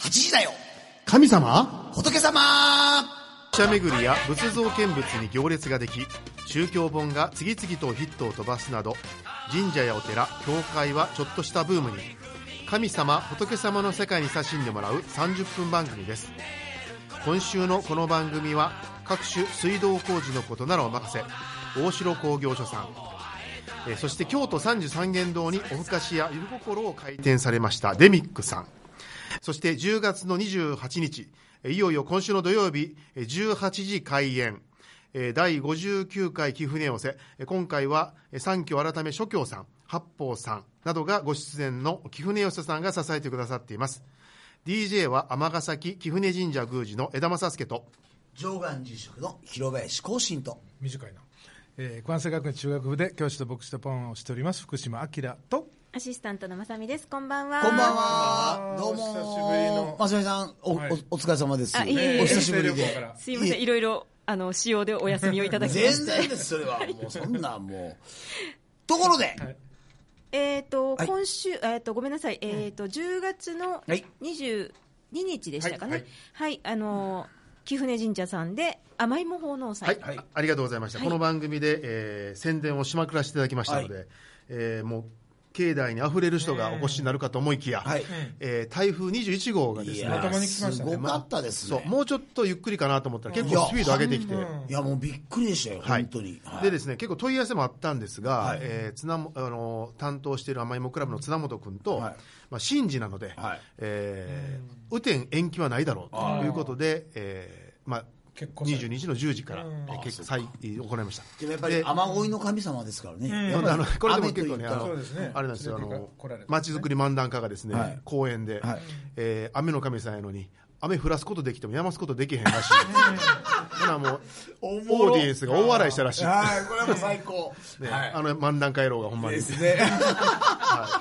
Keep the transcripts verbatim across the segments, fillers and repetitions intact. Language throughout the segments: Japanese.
はちじだよ。 神様、 仏様。 社巡りや仏像見物に行列ができ、宗教本が次々とヒットを飛ばすなど、神社やお寺、教会はちょっとしたブームに。神様、仏様の世界に親しんでもらうさんじゅっぷん番組です。今週のこの番組は各種水道工事のことならお任せ、大城工業所さん、えー、そして京都三十三間堂におふかしやゆる心を開店されましたデミックさん、そしてじゅうがつのにじゅうはちにち、いよいよ今週の土曜日じゅうはちじ開演、だいごじゅうきゅうかい貴船寄せ、今回は三居改め諸教さん、八方さんなどがご出演の貴船寄せさんが支えてくださっています。 ディージェー は尼崎貴船神社宮司の枝正助と、 上岸住職の広林光信と、 短いな、えー、関西学院中学部で教師と牧師とポンをしております福島明と、 アシスタントのまさみです。こんばんは。 こんばんは。どうも。 お久しぶりのまさみさん、お、はい、お、お疲れ様です。 あ、いえいえ、 お久しぶりで。 すいません、いろいろあの仕様でお休みをいただきまして。 全然です。それはもうそんなもう。ところで。はい、 えっ、ー、と、 はい、 今週えっ、ー、とごめんなさい。えっ、ー、とじゅうがつのにじゅうににちでしたかね。はい、はいはい、あの貴船神社さんで甘いも奉納祭。 はい、はい、ありがとうございました。はい、この番組で、えー、宣伝をしまくらせていただきましたので、はい、えー、もう境内にあふれる人がお越しになるかと思いきや、はい、えー、台風にじゅういちごうがですね、 頭に来ましたね。 すごかったですね。 そう、もうちょっとゆっくりかなと思ったら結構スピード上げてきて、いや, いやもうびっくりでしたよ、はい、本当に、はい、 でですね、結構問い合わせもあったんですが、はい、えー、つなもあの担当している甘いもクラブの綱本君と、はい、まあ、神事なので、はい、えー、雨天延期はないだろうということで、えー、まあにじゅうににちのじゅうじじから結構再行いました。 でもやっぱり雨乞いの神様ですからね。 やっぱりあのこれでも結構ね、あのあれなんですよ、あの町づくり漫談家がですね、はい、公園で、はい、えー、雨の神さんやのに雨降らすことできてもやますことできへんらしい。ほなもうオーディエンスが大笑いしたらしい。 ああ、これはもう最高。 ね、はい、あの漫談家野郎がほんまにですね。 はい、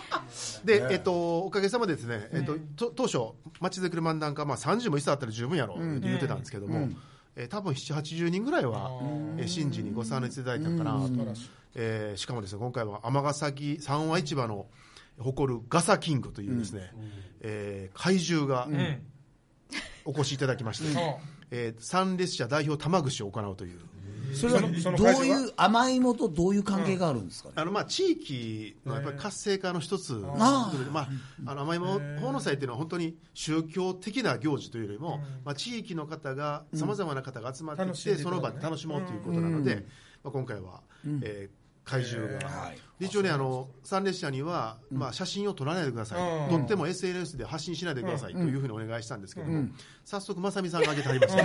で、えっと、おかげさまでですね、えっと、当初町づくり漫談家、まあ、さんじゅうもいっさいあったら十分やろって言ってたんですけども、うんうん、えー、多分ななじゅうはちじゅうにんぐらいは、えー、神事にご参列いただいたかなと、えー、しかもですね、今回は尼崎三和市場の誇るガサキングというですね、うん、えー、怪獣がお越しいただきまして、うん、えー、参列者代表玉串を行うという。 それはどういう甘いもとどういう関係があるんですかね。 うん、あのまあ地域のやっぱり活性化の一つ、まあ、あの甘いも奉納祭っていうのは本当に宗教的な行事というよりも、まあ、地域の方がさまざまな方が集まってきて、うん、その場で楽しもうということなので、うん、まあ、今回は、うん、えー、怪獣が、はい、一応ね、あの参列者には、まあ、写真を撮らないでください、うん、撮っても エスエヌエス で発信しないでくださいというふうにお願いしたんですけども、うん、早速まさみさんが挙げてはりました。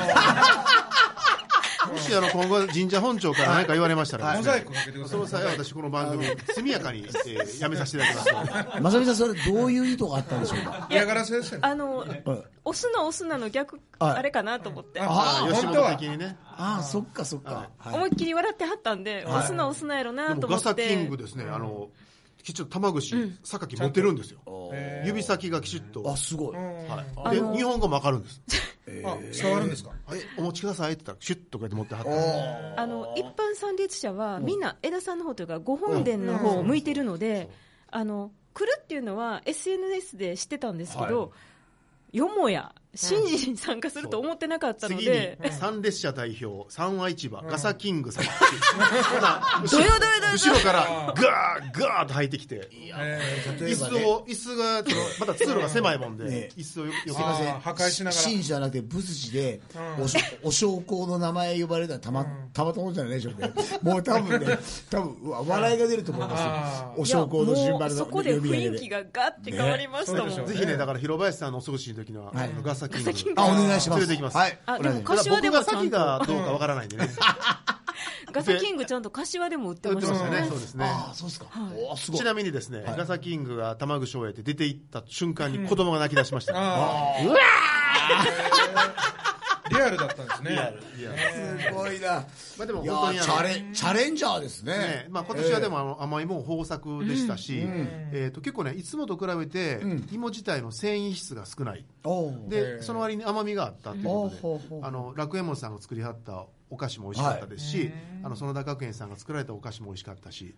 もしあの今後神社本庁から何か言われましたらですね、はい、その際は私この番組速やかに、えー、やめさせていただきます。 まさみさん、それどういう意図があったんでしょうか。 嫌がらせですよね。 あの、はい、押すな押すなの逆、はい、あれかなと思って、 ああ、吉本的にね、 ああ、そっかそっか、 はい、思いっきり笑ってはったんで、はい、押すな押すなやろなと思って。でもガサキングですね、あのきちっと玉串、うん、榊持ってるんですよ。指先がきちっと。 あ、すごい。 はい。で、日本語もわかるんです。 えー、あ、伝わるんですか。 え、お持ちくださいって言ったらシュッとこうやって持ってはった。 あの一般参列者はみんな枝さんの方というかご本殿の方を向いてるので、あの来るっていうのは エスエヌエス で知ってたんですけど、はい、よもや神事に参加すると思ってなかったので、 次に参列者代表三和市場、うん、ガサキングさんどよどよどよ後ろからガーガーと入ってきて、えー、椅子を椅子がまた通路が狭いもんで、ね、椅子をよけません、 破壊しながら、 神事じゃなくて仏事で、うん、お, お焼香の名前呼ばれたらたま、うん、たまたまじゃないでしょうね。もう多分ね、多分笑いが出ると思いますよ。お焼香の順番のそこで雰囲気がガッて変わりましたもん、ね、 ぜひね、だから広林さんのお過ごしの時には、はい、ガサキングあ、お願いします。 連れて行きます。 はい。 あ、でも柏でもちゃんと。 僕が先がどうかわからないんでね。 ガサキングちゃんと柏でも売ってましたね。 そうですね。 あ、そうですか。 お、すごい。ちなみにですね、ガサキングが玉串を終えて出て行った瞬間に子供が泣き出しました。うわリアルだったんですね。リアル。 リアル。すごいな。 まあでも本当にチャレチャレンジャーですね。ね、 まあ今年はでもあの甘いも豊作でしたし、えっと結構ね、いつもと比べて芋自体の繊維質が少ない。でその割に甘みがあったということで、あの楽右衛門さんが作りはったお菓子も美味しかったですし、あの園田学園さんが作られたお菓子も美味しかったし、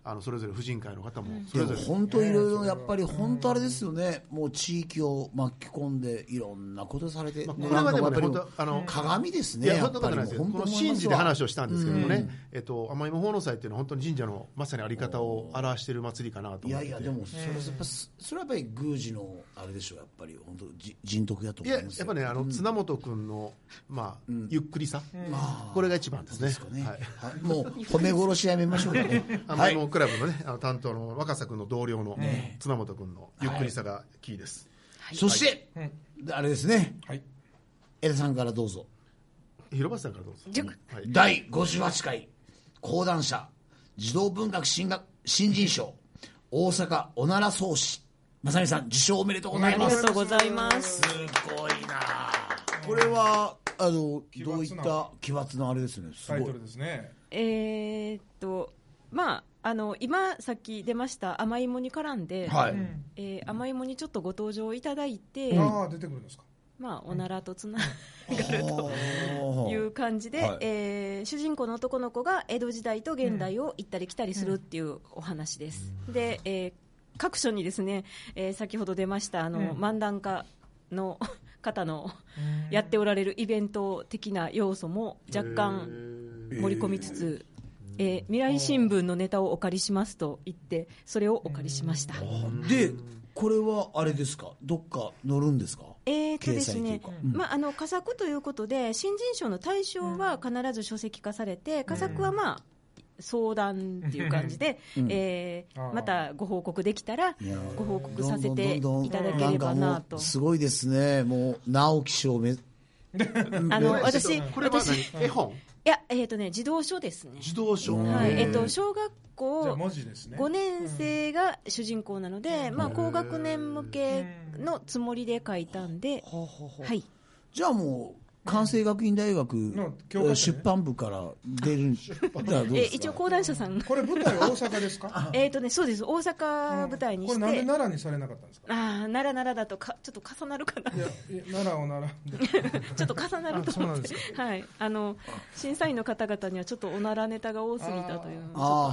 あのそれぞれ婦人会の方もそれぞれ、 本当いろいろやっぱり本当あれですよね、もう地域を巻き込んでいろんなことされて、 まあ、これはでもね、本当あの鏡ですね。 いや本当ことないですよ。この神事で話をしたんですけどもね、うん、えっと天芋奉納祭っていうのは本当に神社のまさにあり方を表している祭りかなと思って。いやいやでもそれはやっぱそれはやっぱり宮司のあれでしょう、やっぱり本当人徳だと思いますよ。いややっぱねあの、うん、綱本君のまあ、うん、ゆっくりさ、うん、これが一番ですね。ですかね、はい、もう褒め殺しやめましょうかね。天芋クラブのねあの担当の若狭君の同僚の綱本君のゆっくりさがキーです。 はい、そして、はい、あれですね。はい、江田さんからどうぞ。 広松さんからどうぞ。 はい、だいごじゅうはちかい講談社児童文学新学新人賞大阪おなら宗師正美さん受賞おめでとうございます。 ありがとうございます。 すごいな。これはあのどういった奇抜なあれですね。すごいタイトルですね。 えー、っとまああの今さっき出ました甘芋に絡んで、はい、えー、甘芋にちょっとご登場いただいて、 うん、あ出てくるんですか。 まあ、おならとつながるという感じで、はい、えー、主人公の男の子が江戸時代と現代を行ったり来たりするっていうお話です、うん、で、えー、各所にですね、えー、先ほど出ましたあの、うん、漫談家の方のやっておられるイベント的な要素も若干盛り込みつつ、えー、未来新聞のネタをお借りしますと言ってそれをお借りしました。 でこれはあれですか、どっか載るんですか。 えーとですね、うん、まあ、あの佳作ということで新人賞の対象は必ず書籍化されて、佳作はまあ相談っていう感じで、うん、えー、またご報告できたらご報告させていただければなと。 すごいですね、もう直木賞めあの私これは何絵本。 いや、えーとね、児童書ですね。 児童書、 はい、えーと、小学校ごねん生が主人公なので、まあ、高学年向けのつもりで書いたんで、はい、 じゃあもう関西学院大学の出版部から出るんえ一応講談社さんこれ舞台大阪ですか。 えーとね、そうです、大阪舞台にして、 うん、これなんで奈良にされなかったんですか。 ああ、奈良奈良だとかちょっと重なるかな。いや奈良を奈良ちょっと重なると思って、はい、あの審査員の方々にはちょっとお奈良ネタが多すぎたというのを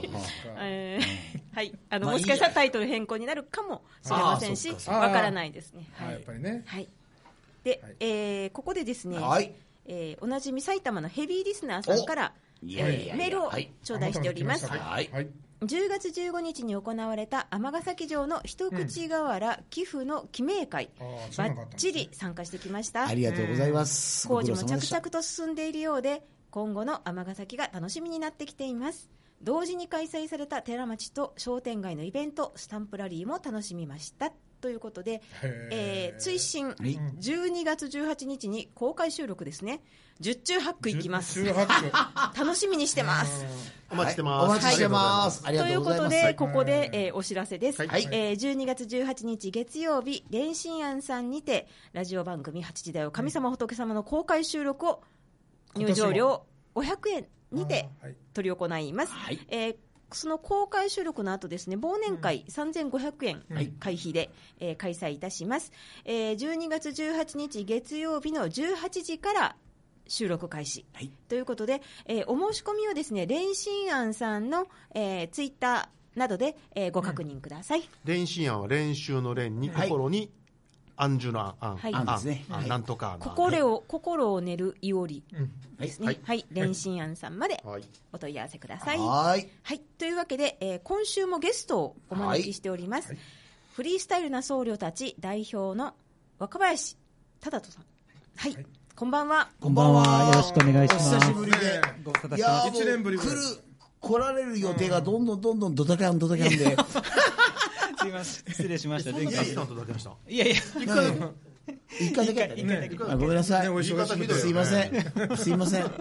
もしかしたらタイトル変更になるかもしれませんし、わからないですね。 はい、やっぱりね。 はい。で、はい、えー、ここでですね、はい、えー、おなじみ埼玉のヘビーリスナーさんから、えー、メールを頂戴しております。はい、じゅうがつじゅうごにちに行われた尼崎城の一口瓦寄付の記名会、うん、バッチリ参加してきました。 ありがとうございます。 工事も着々と進んでいるようで、今後の尼崎が楽しみになってきています。同時に開催された寺町と商店街のイベント、スタンプラリーも楽しみましたということで、えー、追伸じゅうにがつじゅうはちにちに公開収録ですね。十中八九行きます。楽しみにしてます。 お待ちしてます。 お待ちしてます。ありがとうございます。 ということで、ここで、えー、お知らせです。はい、えー、じゅうにがつじゅうはちにち月曜日、蓮心庵さんにてラジオ番組はちじだよ神様仏様の公開収録を入場料ごひゃくえんにて執り行います。はい、えーその公開収録の後ですね、忘年会さんぜんごひゃくえん会費で、えー、開催いたします。えー、じゅうにがつじゅうはちにち月曜日のじゅうはちじから収録開始、はい、ということで、えー、お申し込みをですね、蓮心庵さんの、えー、ツイッターなどで、えー、ご確認ください。 蓮心庵は練習の練に心に、はい、安住の安、 はい、安ですね、 はい、なんとか心を、心を練るいおりですね。はい、蓮心庵さんまでお問い合わせください。はい、はい、というわけで、えー、今週もゲストをお招きしております。はい、フリースタイルな僧侶たち代表の若林忠人さん。はい、はい、こんばんは。 こんばんは。よろしくお願いします。 お久しぶりで、ご無沙汰してます。いちねんぶり来る来られる予定がどんどんどんどんドタキャンドタキャンで。 すいません、失礼しました。 いやいやいやいや。 一回だけ、ね、ごめんなさい。ね、すいません。すいません。はい。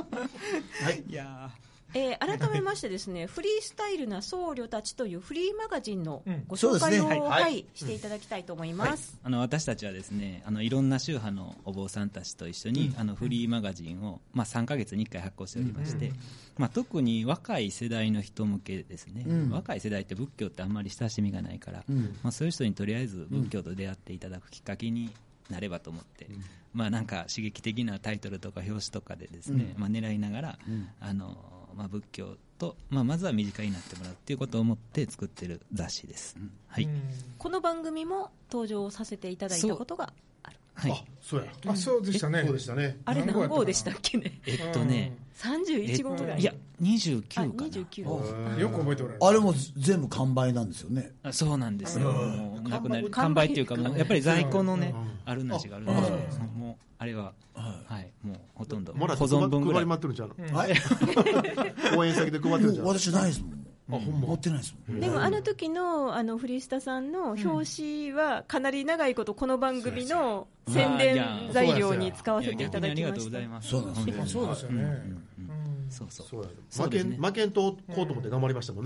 いやえー、改めましてですね、フリースタイルな僧侶たちというフリーマガジンのご紹介を、うんね、はいはい、していただきたいと思います。 はい、あの私たちはですね、あのいろんな宗派のお坊さんたちと一緒に、うん、あのフリーマガジンを、まあ、さんかげつにいっかい発行しておりまして、うんまあ、特に若い世代の人向けですね、うん、若い世代って仏教ってあんまり親しみがないから、うんまあ、そういう人にとりあえず仏教と出会っていただくきっかけになればと思って、うんまあ、なんか刺激的なタイトルとか表紙とかでですね、うんまあ、狙いながら、うんあのまあ、仏教と、まあ、まずは身近になってもらうっていうことを思って作ってる雑誌です、うん、はい、 この番組も登場させていただいたことがある。 はい、あ、そうや。 あ、そうでしたね。 そうでしたね。 あれ何号でしたっけね。 えっとね、 さんじゅういち号ぐらい。 いや、にじゅうきゅうかな。 にじゅうきゅう。 よく覚えておられる。 あれも全部完売なんですよね。 そうなんですよ。もうなくなり完売っていうか、もうやっぱり在庫のね、あるなしがあるんで、もうあれははい、もうほとんど保存分ぐらい。 配り待ってるんちゃうの？はい。応援先で配ってるんちゃうの？ 私ないですもん。あ、ほんま持ってないですもん。 でもあの時のあのフリスタさんの表紙はかなり長いことこの番組の宣伝材料に使わせていただきました。 そうなんです。 そうですよね。 そうそう。 そうや。負けん負けんとこうと思って頑張りましたもんね。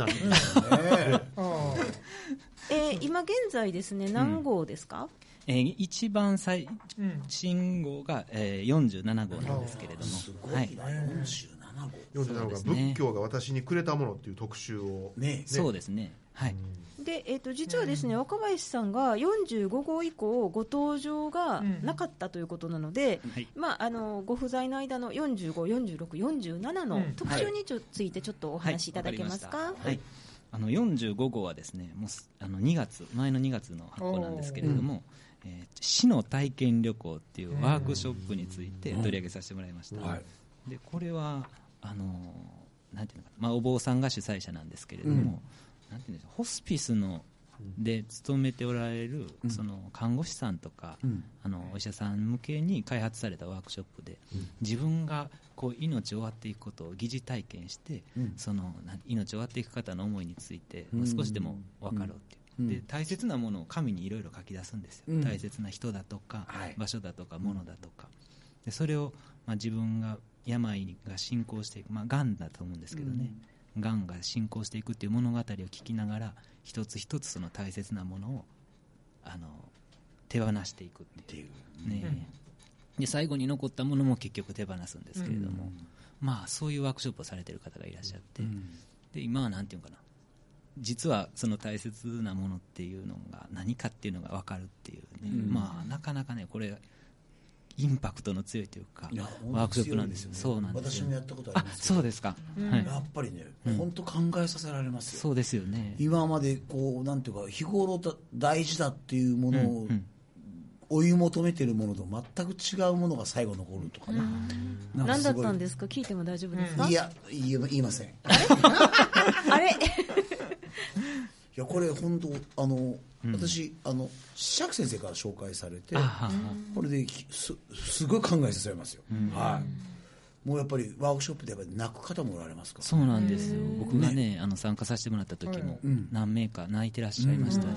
え今現在ですね何号ですか？ えー、一番最新号が、えー、よんじゅうなな号なんですけれども、 すごいな、はい、よんじゅうなな号。 よんじゅうなな号が仏教が私にくれたものっていう特集を、 ねね、そうですね、はい。 で、えー、と実はですね、若林さんがよんじゅうご号以降ご登場がなかったということなので、うん、まあ、あのご不在の間のよんじゅうご、よんじゅうろく、よんじゅうななの特集についてちょっとお話しいただけますか？ はい、はいはい、あのよんじゅうご号はですね、もうあのにがつ前のにがつの発行なんですけれども、えー、死の体験旅行っていうワークショップについて取り上げさせてもらいました、うんはい、でこれはあのなんていうのかな、まあ、お坊さんが主催者なんですけれども、うん、なんていうんでしょう、ホスピスので勤めておられる、うん、その看護師さんとか、うん、あのお医者さん向けに開発されたワークショップで、うん、自分がこう命を終わっていくことを疑似体験して、うん、その命を終わっていく方の思いについて、うん、少しでも分かろうっていう、うん、で大切なものを紙にいろいろ書き出すんですよ、うん、大切な人だとか、はい、場所だとか物だとかで、それを、まあ、自分が病が進行していく、まあ、がんだと思うんですけどね、うん、がんが進行していくっていう物語を聞きながら一つ一つその大切なものをあの手放していくっていう、ね、うん、で最後に残ったものも結局手放すんですけれども、うん、まあそういうワークショップをされている方がいらっしゃって、うん、で今はなんていうかな、実はその大切なものっていうのが何かっていうのが分かるっていうね、うん、まあなかなかねこれインパクトの強いというかワークショップなんですよ。そうなんですよ。 私もやったことあります。 あ、そうですか、 うん、はい、やっぱりね、本当、うん、考えさせられますよ。 そうですよね。 今までこうなんていうか日頃大事だっていうものを、うんうん、追い求めているものと全く違うものが最後残るとかね。 うん、何だったんですか？聞いても大丈夫ですか？ いや言いません。 あれ？いやこれ本当あの、うん、私あの釈先生から紹介されて、これですすごい考えさせられますよ、うん、はい、もうやっぱりワークショップでやっぱり泣く方もおられますから。 そうなんですよ。僕が ね, ねあの参加させてもらった時も何名か泣いてらっしゃいましたね。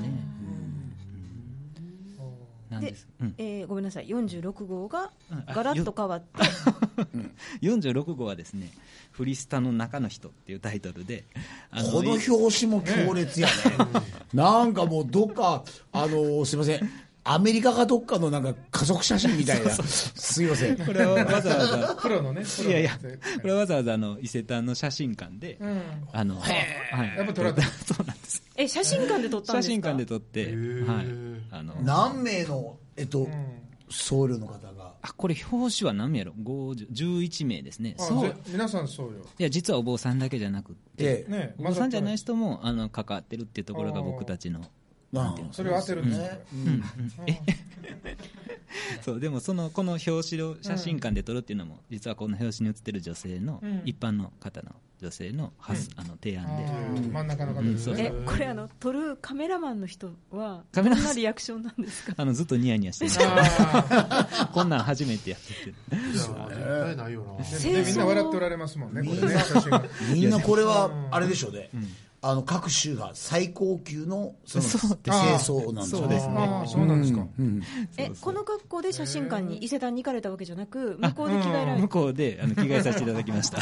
なんです、うん、えー、ごめんなさい、よんじゅうろく号がガラッと変わって、 うん、よんじゅうろく号はですね、フリスタの中の人っていうタイトルで、 あのこの表紙も強烈やね、なんかもうどっかあのすいません、アメリカかどっかのなんか家族写真みたいな。すいません。 これはわざわざプロのね。 いやいや、これはわざわざあの伊勢丹の写真館で、うん、あの、はい、 やっぱ撮られた。 そうなんです。 え、写真館で撮ったんですか？ 写真館で撮って、はい、あの何名のえっと、うん、僧侶の方が。 あ、これ表紙は何名やろ？ごじゅう、じゅういち名ですね。 そう。皆さん僧侶。いや実はお坊さんだけじゃなくて、ね、お坊さんじゃない人もあの関わってるっていうところが僕たちの。なんていうの、 それを当てるんですね、うんうんうん、 えそうでもそのこの表紙を写真館で撮るっていうのも、実はこの表紙に写ってる女性の、うん、一般の方の女性の、うん、あの提案で、 真ん中の方ですね、 うん、えこれあの撮るカメラマンの人はどんなリアクションなんですか？ あのずっとニヤニヤしてるこんなん初めてやってて、 絶対ないよな。 でみんな笑っておられますもんね、これね、 写真がみんなこれはあれでしょうね、うん、あの各州が最高級のその清掃なんですよね。 そうですね。 そうなんですか。 うんうん、えこの格好で写真館に伊勢丹に行かれたわけじゃなく、向こうで着替えられた。 向こうであの着替えさせていただきました。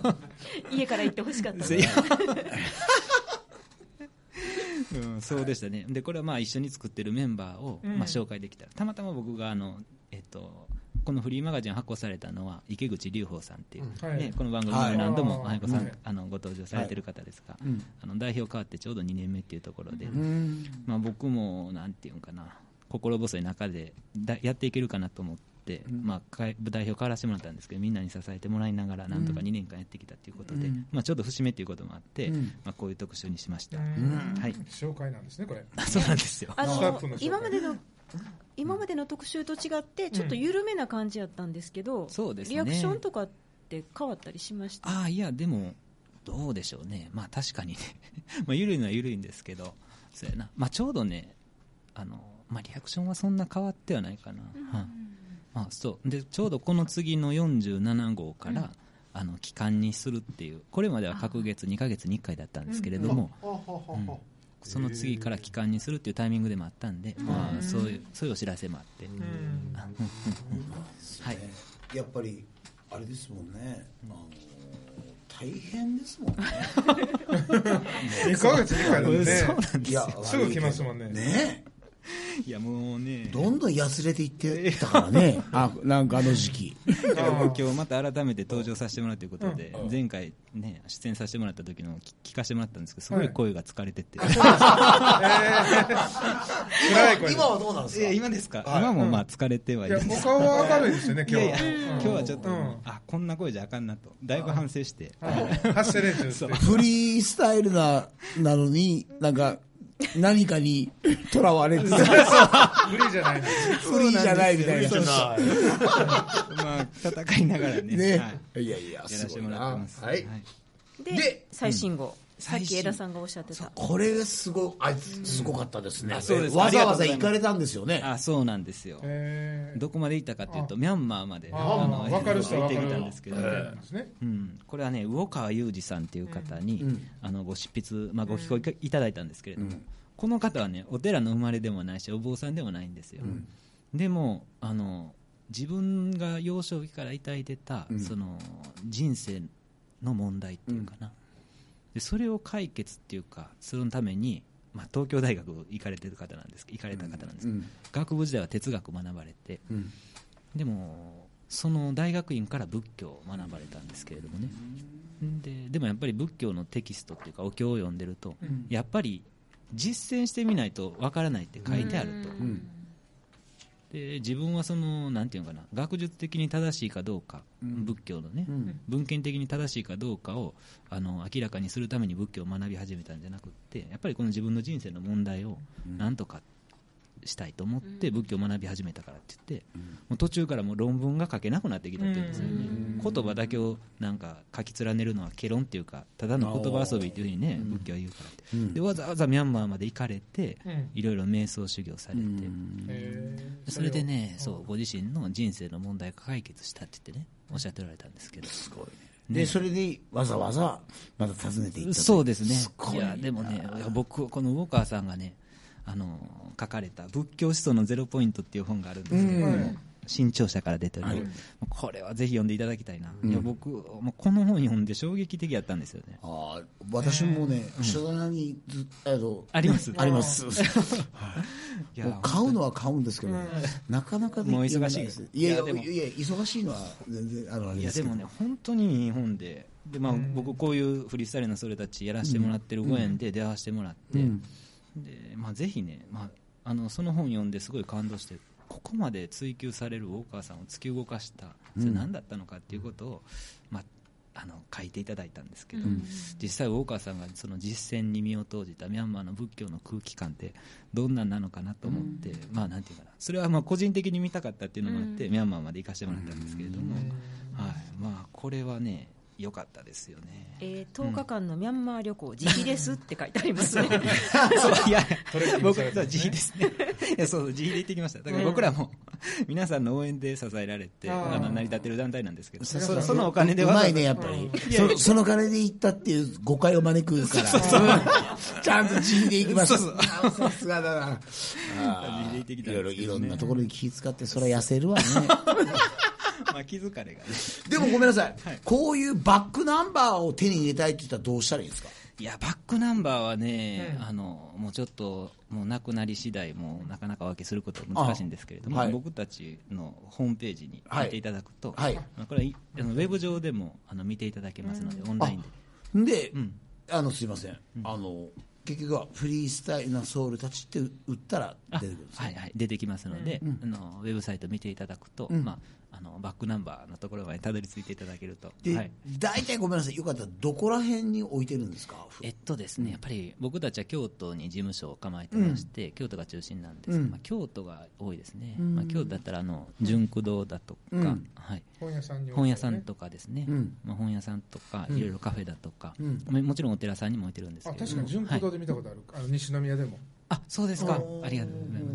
家から行ってほしかった。 うん、そうでしたね。でこれはまあ一緒に作ってるメンバーを、まあ、紹介できたら、たまたま僕があのえっと。このフリーマガジン発行されたのは池口隆法さんっていう、うん、ね、この番組で何度も愛子さん、はい、あのご登場されてる方ですが、はい、あの代表変わってちょうどにねんめっていうところで、うん、まあ、僕もなんていうかな、心細い中でだやっていけるかなと思っ 、まあ、代表変わらせてもらったんですけど、みんなに支えてもらいながらなんとかにねんかんやってきたということで、まあ、ちょうど節目ということもあって、まあ、こういう特集にしました。はい、 紹介なんですねこれ。 そうなんですよ。 あの今までの今までの特集と違ってちょっと緩めな感じやったんですけど、うん、そうですね、リアクションとかって変わったりしました？ あ、いやでもどうでしょうね、まあ、確かにねまあ緩いのは緩いんですけど、そうやな、まあ、ちょうどねあの、まあ、リアクションはそんな変わってはないかな、うん、はああ、そうでちょうどこの次のよんじゅうななごうから、うん、あの期間にするっていう、これまでは隔月にかげつにいっかいだったんですけれども、うんうん、その次から期間にするっていうタイミングでもあったんで、まあ、そういう、そういうお知らせもあって、 はい、やっぱりあれですもんね、あの大変ですもんねにかげつにかいだもんね。 そうなんですよ。 すぐ来ますもんね。 ねいやもうね、 どんどんやつれていってたからねあ、なんかあの時期今日また改めて登場させてもらうということで、うん、前回ね出演させてもらった時の聞かせてもらったんですけど、すごい声が疲れてて、はい、 今, 今はどうなんですか？ 今ですか、はい、今もまあ疲れてはいるんですけど、お顔は明るいですよね今日は。いやいや、 今日はちょっと、うん、あこんな声じゃあかんなとだいぶ反省して、 発声練習してフリースタイル な, なのになんか何かにとらわれてた。フリーじゃないフリーじゃないみたいな。 まあ戦いながらね。 ね、 はい、 いやいや、やらせてもらってます。 はい。 で、で最新号、うん、さっき江田さんがおっしゃってた。 これがすごあすごかったですね。うん、そうです。わざわざ行かれたんですよね。 あ、そうなんですよ。どこまで行ったかというとミャンマーまであの分かる人は分かる行ってきたんですけど、うん、これはね魚川雄二さんという方に、うん、あのご執筆、まあ、ご寄稿いただいたんですけれども、うん、この方はねお寺の生まれでもないしお坊さんでもないんですよ。うん、でもあの自分が幼少期から抱いてた、うん、その人生の問題っていうかな、うん、でそれを解決っていうかそのために、まあ、東京大学行かれてる方なんです行かれた方なんですけど、うん、学部時代は哲学を学ばれて、うん、でもその大学院から仏教を学ばれたんですけれどもね、うん、で, でもやっぱり仏教のテキストっていうかお経を読んでると、うん、やっぱり実践してみないとわからないって書いてあると、うん、で自分はそのなんていうのかな学術的に正しいかどうか、うん、仏教のね、うん、文献的に正しいかどうかをあの明らかにするために仏教を学び始めたんじゃなくってやっぱりこの自分の人生の問題をなんとかしたいと思って仏教を学び始めたからって言って、うん、もう途中からもう論文が書けなくなってきたって言うんですよね、うん、言葉だけをなんか書き連ねるのはケロンっていうかただの言葉遊びっていうふうにね、うん、仏教は言うからって、うん、でわざわざミャンマーまで行かれて、うん、いろいろ瞑想修行されて、うん、それでねそうご自身の人生の問題が解決したって言ってねおっしゃっておられたんですけどすごいねでそれでわざわざまた訪ねていったそうですねすいやでもね僕この魚川さんがねあの書かれた仏教思想のゼロポイントっていう本があるんですけれども、うん、新潮社から出てる、はい、これはぜひ読んでいただきたいな、うん、いや僕もうこの本読んで衝撃的やったんですよね。 あ私もね書棚にずあのありますありますもう買うのは買うんですけど、うん、なかなかできないです。 もう忙しいですいやいやいや忙しいのは全然あるわけですけどいやでもね本当にいい本でで、まあ、僕こういうフリースタイルのそれたちやらせてもらってるご縁で出会わせてもらって、うんでまあ、ぜひね、まあ、あのその本読んですごい感動してここまで追求される大川さんを突き動かしたそれ何だったのかっていうことを、まあ、あの書いていただいたんですけど、うん、実際大川さんがその実践に身を投じたミャンマーの仏教の空気感ってどんなんなのかなと思って、うん、まあなんていうかなそれはまあ個人的に見たかったっていうのもあって、うん、ミャンマーまで行かせてもらったんですけれども、うんはいまあ、これはね良かったですよね、 えー、とおかかんのミャンマー旅行、うん、自費ですって書いてありますねそういや僕は自費ですねいやそう自費で行ってきました。だから僕らも、うん、皆さんの応援で支えられてあの成り立ってる団体なんですけど そ, そのお金ではうまいねやっぱり、うん、そ, その金で行ったっていう誤解を招くからそうそうちゃんと自費で行きました。そうそうさすがだなあいろいろいろんなところに気遣ってそれは痩せるわねまあ気づかれがねでもごめんなさい、はい、こういうバックナンバーを手に入れたいって言ったらどうしたらいいんですか？ いやバックナンバーはね、うん、あのもうちょっともうなくなり次第もうなかなかお分けすることは難しいんですけれども、はい、僕たちのホームページに見ていただくと、はいはい、これはあのウェブ上でもあの見ていただけますので、うん、オンラインでで、うん、あのすいません、うん、あの結局はフリースタイルなソウルたちって打ったら出てくるんですか。 はいはい、出てきますので、うん、あのウェブサイト見ていただくと、うん、まあ、あのバックナンバーのところまでたどり着いていただけると。 で、 はい、 大体ごめんなさい、よかったらどこら辺に置いてるんですか。 えっとですね、うん、やっぱり僕たちは京都に事務所を構えてまして、うん、京都が中心なんですが、うん、まあ、京都が多いですね、うん、まあ、京都だったらあの純駆堂だとか、うん、はい、 本屋さんに、ね、 本屋さんとかですね、うん、まあ、本屋さんとかいろいろカフェだとか、うん、もちろんお寺さんにも置いてるんですけど、 あ、確かに純駆堂で見たことある、はい、あの西宮でも。 あ、そうですか、ありがとうございます。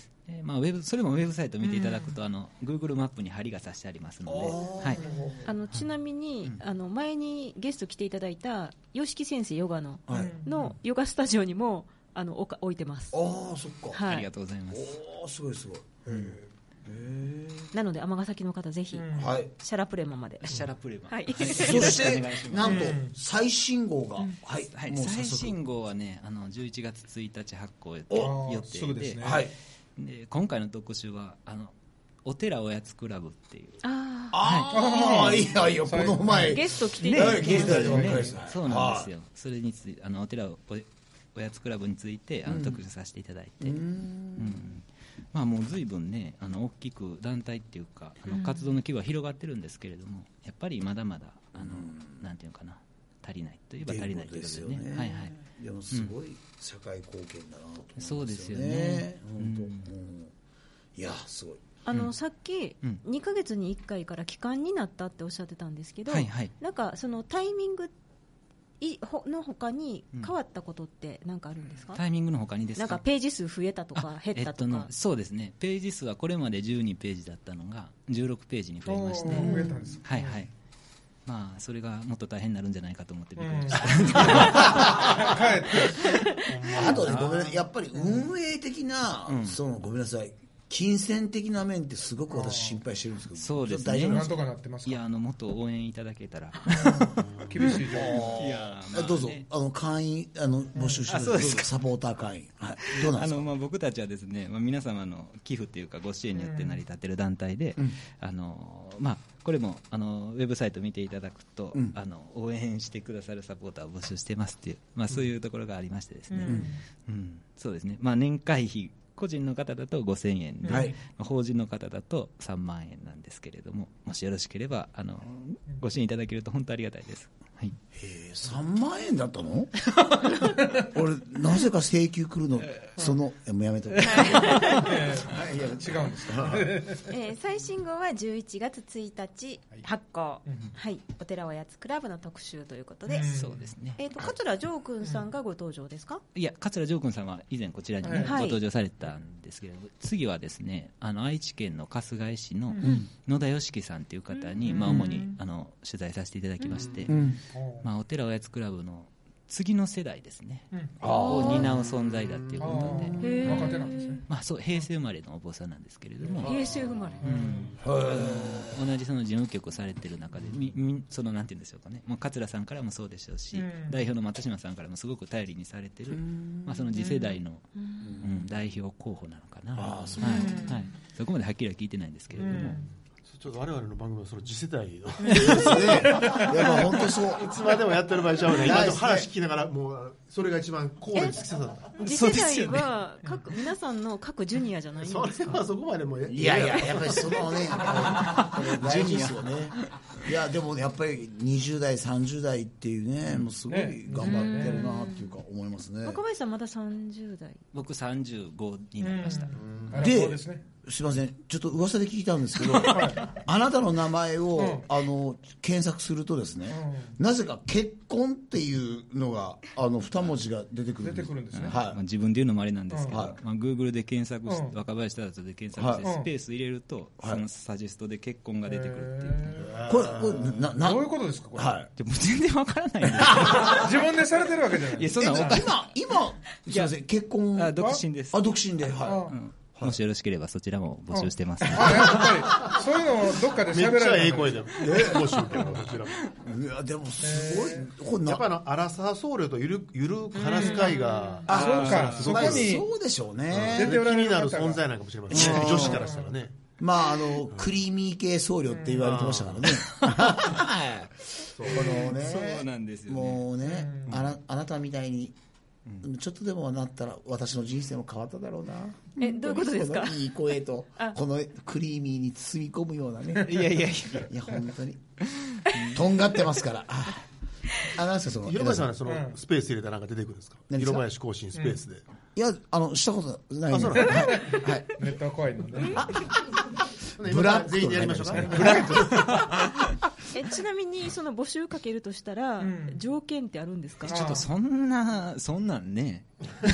えーまあ、ウェブそれもウェブサイトを見ていただくと、あの Google マップに針が刺してありますので、はい、 あのちなみに、うん、あの前にゲスト来ていただいた吉木先生ヨガ の,、はい、のヨガスタジオにもあの置いてます。 ああ、そっか、 はい、 ありがとうございます。 お、すごいすごい、うん、 へなので尼崎の方ぜひ、うん、シャラプレマまで、 シャラプレマ、 はい、 そしてなんと最新号が、うん、 はい、はい、最新号はね、あのじゅういちがつついたち発行予定 で, で、ね、はい、で今回の特集はあのお寺おやつクラブっていう、 ああ、はい、いやいや、この前ゲスト来ていただいて、 ね、そうなんですよ。それについてあのお寺 お, おやつクラブについてあの特集させていただいて、うん、うん、まあ、もう随分ね、あの大きく団体っていうかあの活動の規模は広がってるんですけれども、やっぱりまだまだあの、うん、なんていうかな、足りないといえば足りないということでね、はいはい、 でもすごい社会貢献だなと思いますよね。 そうですよね、 本当、うん、いやすごい。 あの、うん、さっきにかげつにいっかいから期間になったっておっしゃってたんですけど、 はいはい、 なんかそのタイミングの他に変わったことって何かあるんですか。 タイミングの他にですか。 なんかページ数増えたとか減ったとか、えっと、 そうですね、ページ数はこれまでじゅうにページだったのがじゅうろくページに増えまして、 増えたんです、 はいはい、まあ、それがもっと大変になるんじゃないかと思ってびっくりした、 あとね、ごめん、やっぱり運営的な、うん、そのごめんなさい、金銭的な面ってすごく私心配してるんですけど、 そうですね、 大丈夫なんですか。 なんとかなってますか。 いや、あのもっと応援いただけたら厳しい状況。いや、まあね、 どうぞ、あの会員あの募集してください、うん、サポーター会員、はい、どうなんですか。 あの、まあ、僕たちはですね、まあ、皆様の寄付というかご支援によって成り立っている団体で、うん、あのまあ、これもあのウェブサイト見ていただくと、うん、あの応援してくださるサポーターを募集してますっていう、まあ、そういうところがありましてですね、うんうん、そうですね、まあ、年会費個人の方だとごせんえんで、はい、法人の方だとさんまんえんなんですけれども、もしよろしければあのご支援いただけると本当ありがたいです。はい、 へえ、さんまんえんだったの俺なぜか請求来るの、そのもうやめとくいや違うんですか、 えー、最新号はじゅういちがつついたち発行、はいはい、お寺おやつクラブの特集ということで、 そうですね、 えーと、桂城君さんがご登場ですか。 いや、桂城君さんは以前こちらに、ね、はい、ご登場されたんですけれども、次はですね、あの愛知県の春日井市の野田義樹さんという方に、うん、まあ、主にあの取材させていただきまして、うん、まあ、お寺おやつクラブの次の世代ですね、うん、を担う存在だということで、 若手なんですね、 まあ、そう、平成生まれのお坊さんなんですけれども、 平成生まれ、 うん、あの同じその事務局をされている中で、みみそのなんていうんでしょうかね、もう桂さんからもそうでしょうし、うん、代表の松島さんからもすごく頼りにされている、まあ、その次世代の、うんうん、代表候補なのかな、あ、そう、はいはい、そこまではっきりは聞いてないんですけれども、うん、 ちょっと我々の番組はその次世代のですね。いや、まあ本当そう。 いつまでもやってる場合ちゃうね。今話聞きながら、もうそれが一番コードに突き刺さった。 次世代は各、ね、皆さんの各ジュニアじゃないんですか。 それはそこまでも。 いやいや、やっぱりそのね、大事ですよね。いや、でもやっぱりにじゅう代さんじゅう代っていうね、もうすごい頑張ってるなっていうか思いますね。 若林さんまださんじゅう代。 僕さんじゅうごになりました。 で、すいません、ちょっと噂で聞いたんですけど、あなたの名前を、うん、あの検索するとですね、うん、なぜか結婚っていうのがあの二文字が出てくるんです。 出てくるんですね。 はい、まあ、自分で言うのもあれなんですけど、うん、まあ、Google で検索して、うん、若林忠人で検索して、はい、スペース入れると、はい、そのサジェストで結婚が出てくるっていう。 これこれななどういうことですかこれ。 はい。でも全然わからないんです自分でされてるわけじゃない。いや、そんな今今すいません、結婚。 あ、独身です。 あ、独身で、はい。うん、 もしよろしければそちらも募集してます、ね、 ああ、やっぱりそういうのをどっかで喋られる。めっちゃええ声で募集ってこちら。 いやでもすごい、えー、これやっぱりアラサー僧侶とゆるゆるく話す会が、 あ、そうか、 そこにそうでしょうね。 出ておられる気になる存在なんかもしれませんね。女子からしたらね。 まああのクリーミー系僧侶って言われてましたからね。このね、 そうなんですよね。 もうね、あなあなたみたいにうん、ちょっとでもなったら私の人生も変わっただろうな。 え、どういうことですか？ いい声とこのクリーミーに包み込むようなね。 いやいやいやいや本当にとんがってますから。あ、なんですかその広林さんはそのスペース入れたらなんか出てくるんですか？うん、広林更新スペースで、うん、 いやあのしたことないんで。はい、 はい、ネット怖いのね。 ブラック全員でやりましょうか。ブラックえちなみにその募集かけるとしたら、うん、条件ってあるんですか？ ちょっとそんなそんなんね。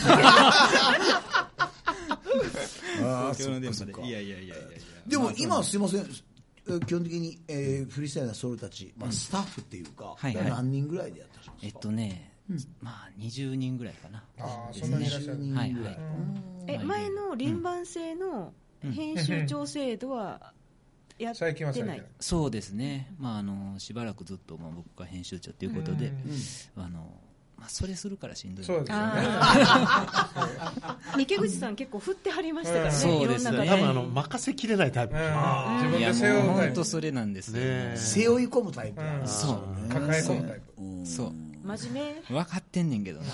あ東京の電波でいやいやいやいやいや。 でも今すいません。基本的に、えー、フリースタイルなソウルたち、まあ、スタッフっていうか、うん、何人ぐらいでやってらっしゃいますか？ えっとね、うん、まあにじゅうにんぐらいかな。 ああ、そんなにいらっしゃる。 はいはい。 え、前の連番制の編集長制度はやってない？最近はされてない。 そうですね。まああのしばらくずっとまあ僕が編集長ということで、あの。まあ、それするからしんどい。 そうですよね。 池口さん結構振ってはりましたからね。 そうですね。 多分あの任せきれないタイプ。 自分で背負うタイプ。 本当それなんですね。 背負い込むタイプ。 そう。 抱え込むタイプ。 そう。 真面目。 分かってんねんけどな。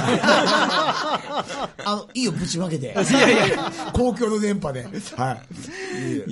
あのいいよぶちまけて。いやいや公共の電波で。はい。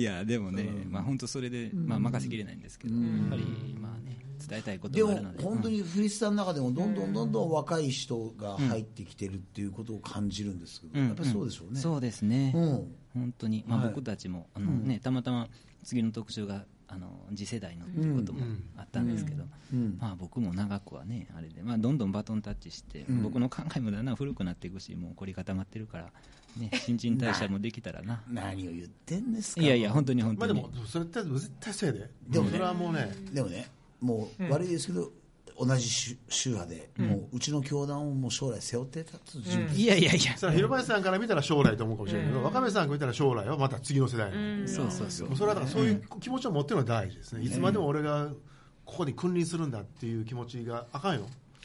いやでもね、まあ本当それでまあ任せきれないんですけど、やっぱりまあね。伝えたいことがあるので。 でも本当にフリスタの中でもどんどんどんどん若い人が入ってきてるっていうことを感じるんですけど、うん、やっぱりそうでしょうね。 うん、そうですね、うん、本当に、まあ、僕たちも、はい、あのね、たまたま次の特集があの次世代のっていうこともあったんですけど、うんうん、まあ、僕も長くはねあれで、まあ、どんどんバトンタッチして、うん、僕の考えもだんだん古くなっていくし、もう凝り固まってるからね、新陳代謝もできたらな。 何を言ってんですか。 いやいや本当に本当に、 まあ、でもそれって絶対せいで、 でもね、 それはもうね、 でもねもう悪いですけど、うん、同じ宗派で、うん、もううちの教団をもう将来背負ってたと、 うん、いやいやいや、 それは広林さんから見たら将来と思うかもしれないけど、うん、若林さんから見たら将来はまた次の世代、うん、 そうそうそう、 それはだからそういう気持ちを持ってるのは大事ですね、うん、いつまでも俺がここに君臨するんだっていう気持ちがあかんよ。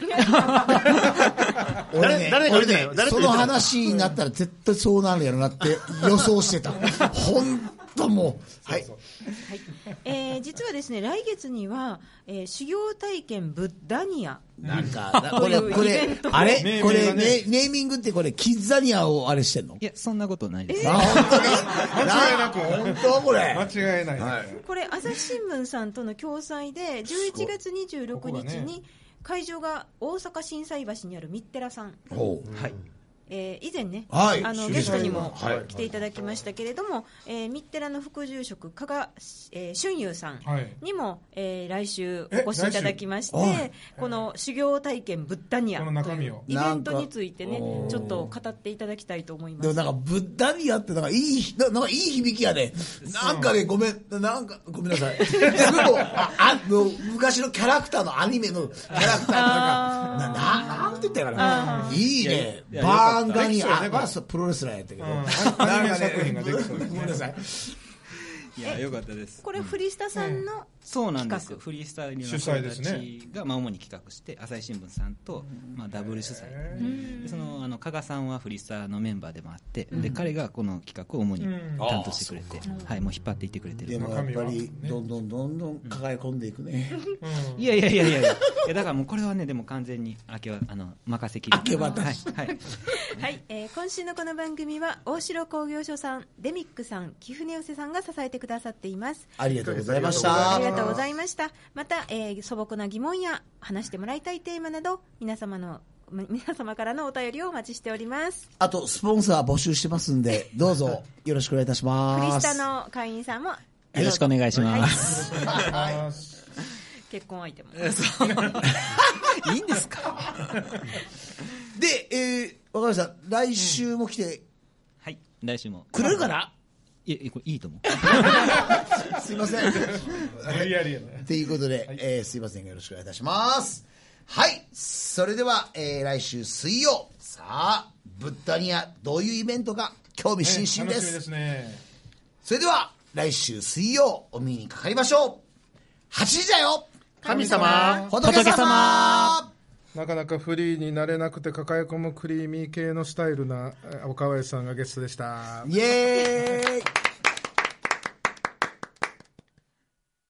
俺ね、誰か俺ね、その話になったら絶対そうなるやろなって予想してた。本当もう、はい。 はい、えー、実はですね、来月には、えー、修行体験ブッダニア。 なんか、これ、これ、あれこれ、ね、ネーミングってこれ、キッザニアをあれしてんの？ いや、そんなことないです。 あ、本当に間違いなく。 本当これ。 間違いない。はい、 これ、朝日新聞さんとの共催で、じゅういちがつにじゅうろくにちに、会場が大阪心斎橋にあるミッテラさん。 はい。 えー、以前ね、 はい、 あのゲストにも来ていただきましたけれども、はい、えー、ミッテラの副住職加賀、えー、俊雄さんにも、はい、えー、来週お越しいただきまして、この修行体験ブッダニアというイベントについてねちょっと語っていただきたいと思います。 でもなんかブッダニアってなんかいいなんかいい響きやね。なんかね、ごめんなんかごめんなさい。すごいああの昔のキャラクターのアニメのキャラクターとかなななんて言ったらかな、いいね。バーンガニア、あ、プロレスラーやったけど、うん、 アニメ作品ができそうですね。 ごめんなさい。 いや、よかったです。 これフリースタさんの、うん、 そうなんですよ。フリースタの主催ですね。がまあ主に企画して朝日新聞さんとまあダブル主催。でそのあの加賀さんはフリースタのメンバーでもあって、で彼がこの企画を主に担当してくれて、はい、もう引っ張っていってくれてる。 でもやっぱりどんどんどんどん抱え込んでいくね。 うん、いやいやいやいやいや。だからもうこれはねでも完全に明けはあの任せきり。 明け渡し。 はい。はいはい、えー、今週のこの番組は大城工業所さん、デミックさん、貴船寄せさんが支えてくださっています。 ありがとうございました。 ありがとうございました。また、えー、素朴な疑問や話してもらいたいテーマなど皆様の皆様からのお便りをお待ちしております。 あとスポンサー募集してますんでどうぞよろしくお願いいたします。 フリスタの会員さんもよろしくお願いします。 はい、結婚相手もいいんですか。 で、えー、若林さん来週も来て、うん、 はい来週も来れるかな。 いやこれいいと思う。すいません。 無理やりやね。 ということで、はい、えー、すいませんがよろしくお願いいたします。はい、それでは、えー、来週水曜、さあブッダニアどういうイベントか興味津々です。 ね、楽しみですね。 それでは来週水曜お耳にかかりましょう。はちじだよ神様仏様。 なかなかフリーになれなくて抱え込むクリーミー系のスタイルな岡林さんがゲストでした。 イエーイ。